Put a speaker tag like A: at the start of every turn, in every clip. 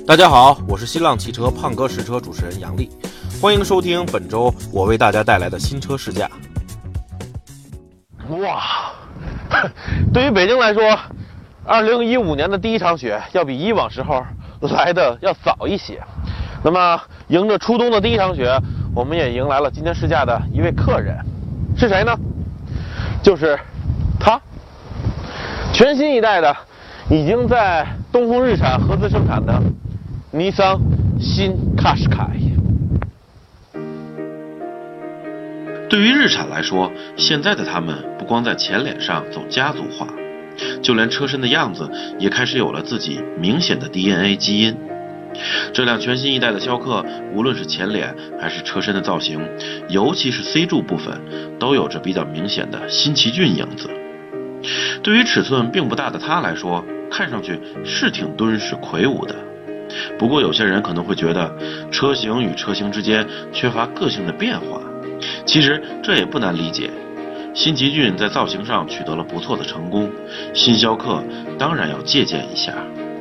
A: 大家好，我是新浪汽车胖哥试车主持人杨丽，欢迎收听本周我为大家带来的新车试驾。
B: 哇，对于北京来说，2015年的第一场雪要比以往时候来的要早一些。那么，迎着初冬的第一场雪，我们也迎来了今天试驾的一位客人，是谁呢？就是他，全新一代的，已经在东风日产合资生产的尼桑新喀什凯。
C: 对于日产来说，现在的他们不光在前脸上走家族化，就连车身的样子也开始有了自己明显的 DNA 基因。这辆全新一代的逍客，无论是前脸还是车身的造型，尤其是 C 柱部分，都有着比较明显的新奇骏影子。对于尺寸并不大的它来说，看上去是挺敦实魁梧的。不过有些人可能会觉得，车型与车型之间缺乏个性的变化。其实这也不难理解，新奇骏在造型上取得了不错的成功，新逍客当然要借鉴一下。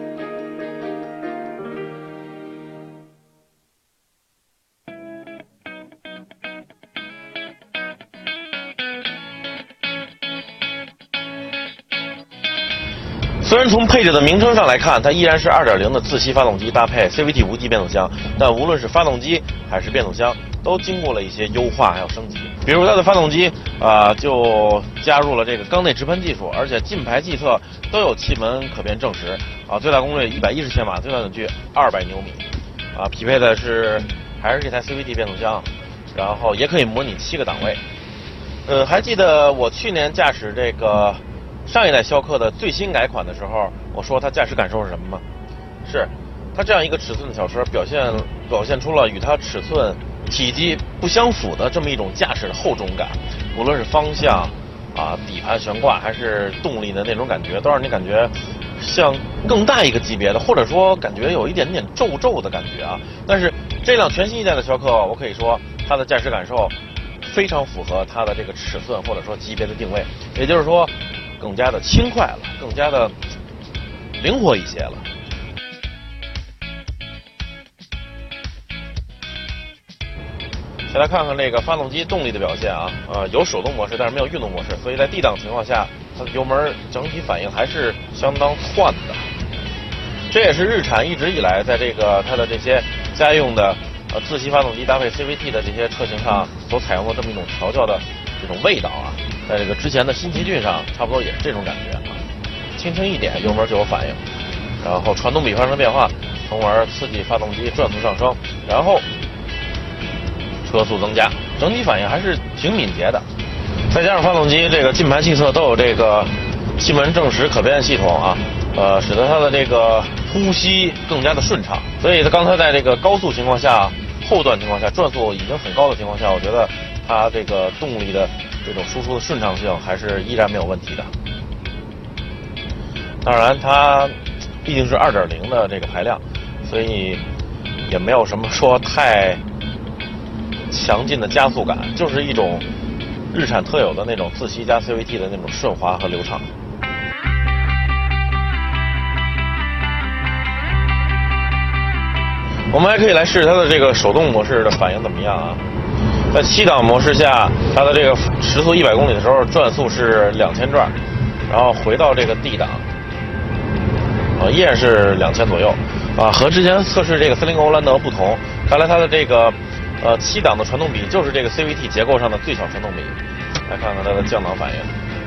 B: 虽然从配置的名称上来看，它依然是 2.0 的自吸发动机搭配 CVT 无级变速箱，但无论是发动机还是变速箱，都经过了一些优化还有升级。比如它的发动机就加入了这个缸内直喷技术，而且进排气侧都有气门可变正时最大功率110千瓦，最大扭矩200牛米匹配的是还是这台 CVT 变速箱，然后也可以模拟7个档位。还记得我去年驾驶这个上一代逍客的最新改款的时候，我说它驾驶感受是什么吗？是它这样一个尺寸的小车表现出了与它尺寸体积不相符的这么一种驾驶的厚重感，无论是方向底盘悬挂还是动力的那种感觉，都让你感觉像更大一个级别的，或者说感觉有一点点皱的感觉但是这辆全新一代的逍客，我可以说它的驾驶感受非常符合它的这个尺寸或者说级别的定位，也就是说更加的轻快了，更加的灵活一些了。先来看看这个发动机动力的表现有手动模式，但是没有运动模式，所以在 D 档情况下，它的油门整体反应还是相当窜的。这也是日产一直以来在这个它的这些家用的自吸发动机搭配 CVT 的这些车型上所采用的这么一种调教的这种味道在这个之前的新奇骏上差不多也是这种感觉轻轻一点油门就有反应，然后传动比发生变化，从而刺激发动机转速上升，然后车速增加，整体反应还是挺敏捷的。再加上发动机这个进排气侧都有这个气门正时可变系统使得它的这个呼吸更加的顺畅。所以它刚才在这个高速情况下、后段情况下、转速已经很高的情况下，我觉得它这个动力的这种输出的顺畅性还是依然没有问题的。当然它毕竟是 2.0 的这个排量，所以也没有什么说太强劲的加速感，就是一种日产特有的那种自吸加 CVT 的那种顺滑和流畅。我们还可以来试它的这个手动模式的反应怎么样在7档模式下，它的这个时速100公里的时候，转速是2000转，然后回到这个 D 档依然是2000左右和之前测试这个森林欧蓝德不同，看来它的这个7档的传动比就是这个 CVT 结构上的最小传动比。来看看它的降档反应，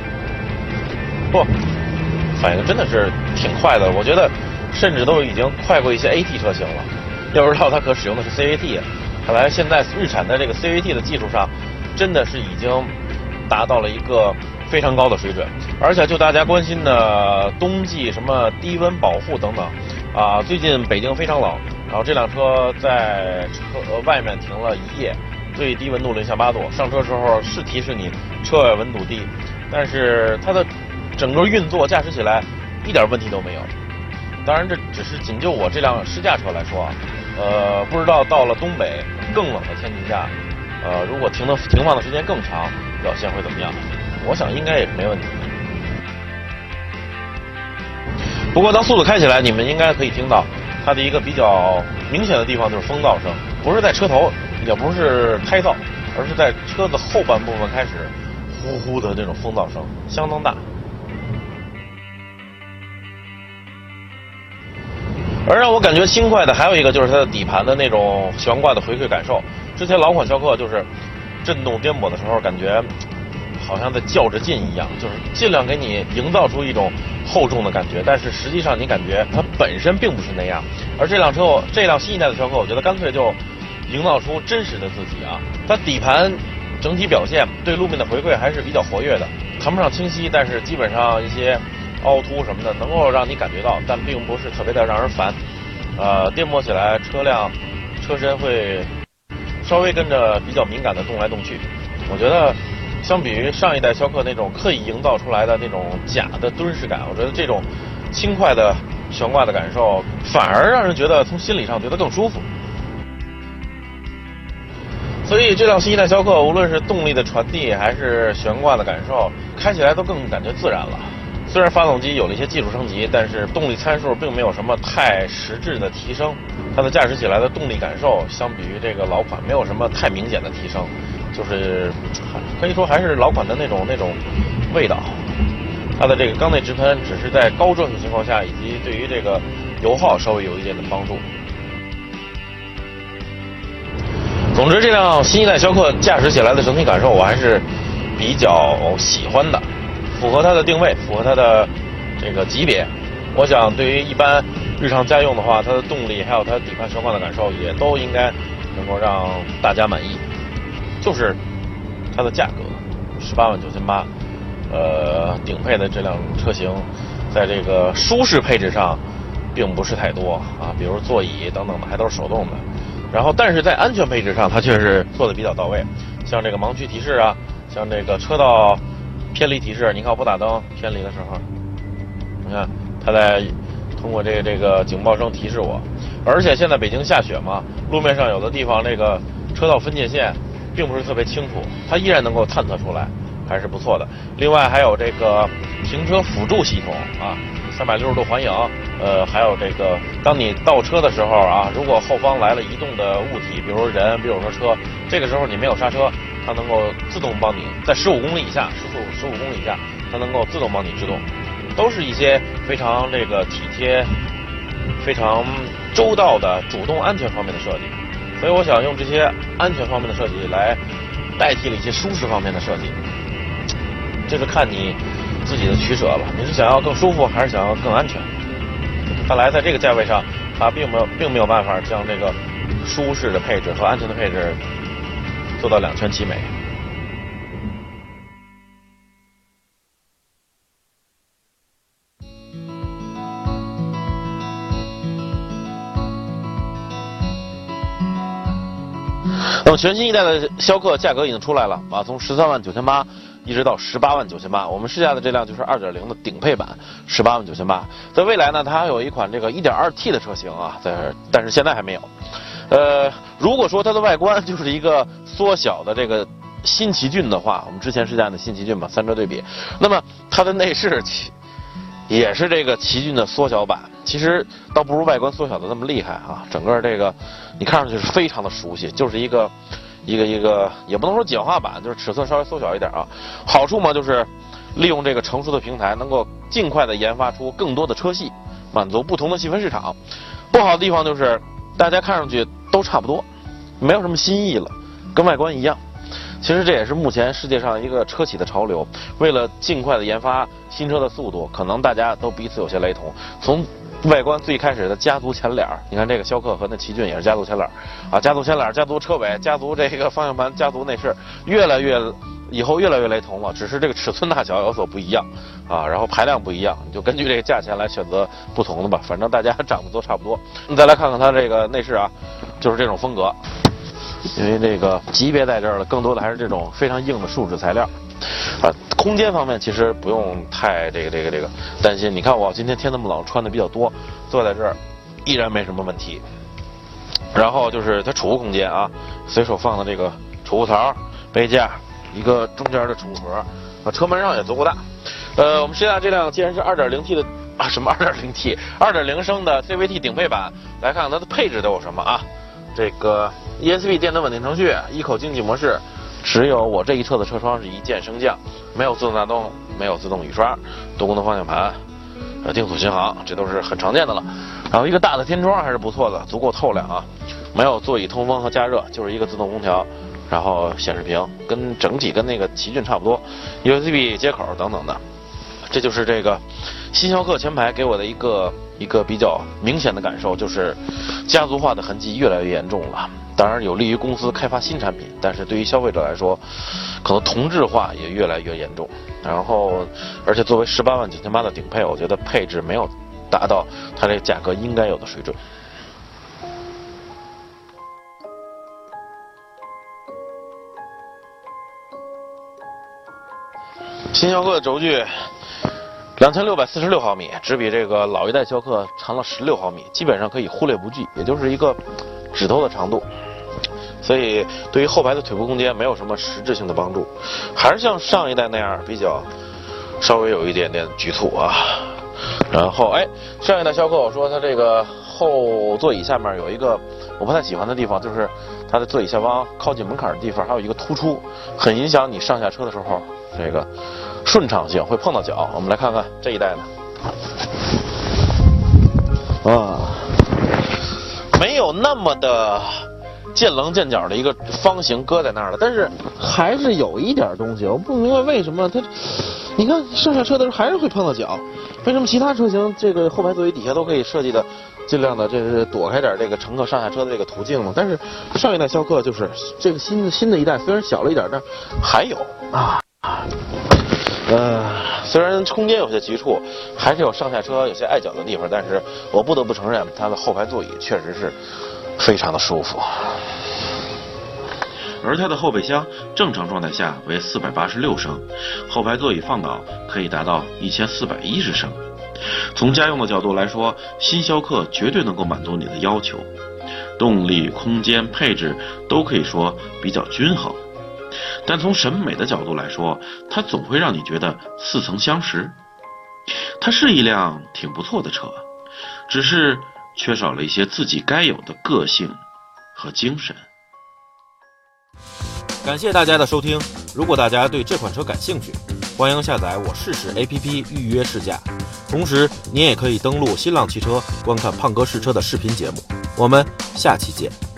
B: 反应真的是挺快的，我觉得甚至都已经快过一些 AT 车型了。要知道它可使用的是 CVT， 看来现在日产的这个 CVT 的技术上真的是已经达到了一个非常高的水准。而且就大家关心的冬季什么低温保护等等最近北京非常冷，然后这辆车在外面停了1夜，最低温度零下8度，上车时候是提示你车外温度低，但是它的整个运作驾驶起来一点问题都没有。当然这只是仅就我这辆试驾车来说不知道到了东北更冷的天气下如果停放的时间更长，表现会怎么样？我想应该也是没问题的。不过当速度开起来，你们应该可以听到它的一个比较明显的地方就是风噪声，不是在车头，也不是胎噪，而是在车子后半部分开始呼呼的那种风噪声，相当大。而让我感觉轻快的还有一个就是它的底盘的那种悬挂的回馈感受。之前老款逍客就是震动颠簸的时候，感觉好像在较着劲一样，就是尽量给你营造出一种厚重的感觉，但是实际上你感觉它本身并不是那样。而这辆新一代的逍客，我觉得干脆就营造出真实的自己啊。它底盘整体表现对路面的回馈还是比较活跃的，谈不上清晰，但是基本上一些凹凸什么的能够让你感觉到，但并不是特别的让人烦。颠簸起来车身会稍微跟着比较敏感的动来动去。我觉得相比于上一代逍客那种刻意营造出来的那种假的敦实感，我觉得这种轻快的悬挂的感受反而让人觉得从心理上觉得更舒服。所以这辆新一代逍客无论是动力的传递还是悬挂的感受，开起来都更感觉自然了。虽然发动机有了一些技术升级，但是动力参数并没有什么太实质的提升，它的驾驶起来的动力感受相比于这个老款没有什么太明显的提升，就是可以说还是老款的那种味道。它的这个缸内直喷只是在高转速情况下以及对于这个油耗稍微有一点的帮助。总之，这辆新一代逍客驾驶起来的整体感受我还是比较喜欢的，符合它的定位，符合它的这个级别。我想对于一般日常家用的话，它的动力还有它底盘悬挂的感受也都应该能够让大家满意。就是它的价格189800，顶配的这辆车型在这个舒适配置上并不是太多啊，比如座椅等等的还都是手动的。然后但是在安全配置上它却是做的比较到位，像这个盲区提示啊，像这个车道偏离提示，你看我不打灯偏离的时候，你看它在通过这个警报声提示我。而且现在北京下雪嘛，路面上有的地方这个车道分界线并不是特别清楚，它依然能够探测出来，还是不错的。另外还有这个停车辅助系统啊，360度环影，还有这个当你倒车的时候啊，如果后方来了移动的物体，比如人，比如说车，这个时候你没有刹车，它能够自动帮你在15公里以下，时速15公里以下，它能够自动帮你制动，都是一些非常这个体贴、非常周到的主动安全方面的设计。所以我想用这些安全方面的设计来代替了一些舒适方面的设计，这是看你自己的取舍了。你是想要更舒服，还是想要更安全？看来在这个价位上，它并没有办法将这个舒适的配置和安全的配置做到两全其美。那么全新一代的逍客价格已经出来了啊，从139800一直到189800。我们试驾的这辆就是2.0的顶配版，189800。在未来呢，它还有一款这个 1.2T 的车型啊，但是现在还没有。如果说它的外观就是一个缩小的这个新奇骏的话，我们之前试驾的新奇骏嘛，三者对比，那么它的内饰也是这个奇骏的缩小版，其实倒不如外观缩小的那么厉害啊。整个这个你看上去是非常的熟悉，就是一个也不能说简化版，就是尺寸稍微缩小一点啊。好处嘛，就是利用这个成熟的平台，能够尽快的研发出更多的车系，满足不同的细分市场。不好的地方就是大家看上去都差不多，没有什么新意了，跟外观一样。其实这也是目前世界上一个车企的潮流，为了尽快的研发新车的速度，可能大家都彼此有些雷同。从外观最开始的家族前脸，你看这个逍客和那奇骏也是家族前脸啊，家族前脸、家族车尾、家族这个方向盘、家族内饰，以后越来越雷同了，只是这个尺寸大小有所不一样啊，然后排量不一样，你就根据这个价钱来选择不同的吧，反正大家长得都差不多。你再来看看它这个内饰啊，就是这种风格。因为这个级别在这儿了，更多的还是这种非常硬的树脂材料，啊，空间方面其实不用太这个担心。你看我今天天那么冷，穿的比较多，坐在这儿依然没什么问题。然后就是它储物空间啊，随手放的这个储物槽、杯架，一个中间的储物盒，车门上也足够大。我们试驾这辆既然是 2.0T 的什么 2.0T 2.0升的 CVT 顶配版，来看看它的配置都有什么啊？这个 ESP 电子稳定程序，1口经济模式，只有我这一侧的车窗是一键升降，没有自动大灯，没有自动雨刷，多功能方向盘，定速巡航，这都是很常见的了。然后一个大的天窗还是不错的，足够透亮啊。没有座椅通风和加热，就是一个自动空调，然后显示屏跟整体跟那个奇骏差不多 ，USB 接口等等的。这就是这个新逍客前排给我的一个比较明显的感受，就是家族化的痕迹越来越严重了。当然有利于公司开发新产品，但是对于消费者来说，可能同质化也越来越严重。然后，而且作为18.98000的顶配，我觉得配置没有达到它这个价格应该有的水准。新逍客的轴距2646毫米，只比这个老一代逍客长了16毫米，基本上可以忽略不计，也就是一个指头的长度。所以对于后排的腿部空间没有什么实质性的帮助，还是像上一代那样比较稍微有一点点局促啊。然后上一代逍客我说它这个后座椅下面有一个我不太喜欢的地方，就是它的座椅下方靠近门槛的地方还有一个突出，很影响你上下车的时候这个顺畅性，会碰到脚。我们来看看这一代呢，没有那么的见棱见角的一个方形搁在那儿了，但是还是有一点东西，我不明白为什么它，你看上下车的时候还是会碰到脚，为什么其他车型这个后排座椅底下都可以设计的尽量的这是躲开点这个乘客上下车的这个途径呢？但是上一代逍客就是这个新的一代虽然小了一点，但还有虽然空间有些局促，还是有上下车有些碍脚的地方，但是我不得不承认它的后排座椅确实是非常的舒服。
C: 而它的后备箱正常状态下为486升，后排座椅放倒可以达到1410升。从家用的角度来说，新逍客绝对能够满足你的要求，动力、空间、配置都可以说比较均衡。但从审美的角度来说，它总会让你觉得似曾相识。它是一辆挺不错的车，只是缺少了一些自己该有的个性和精神。
A: 感谢大家的收听，如果大家对这款车感兴趣，欢迎下载我试试 APP 预约试驾，同时你也可以登录新浪汽车观看胖哥试车的视频节目。我们下期见。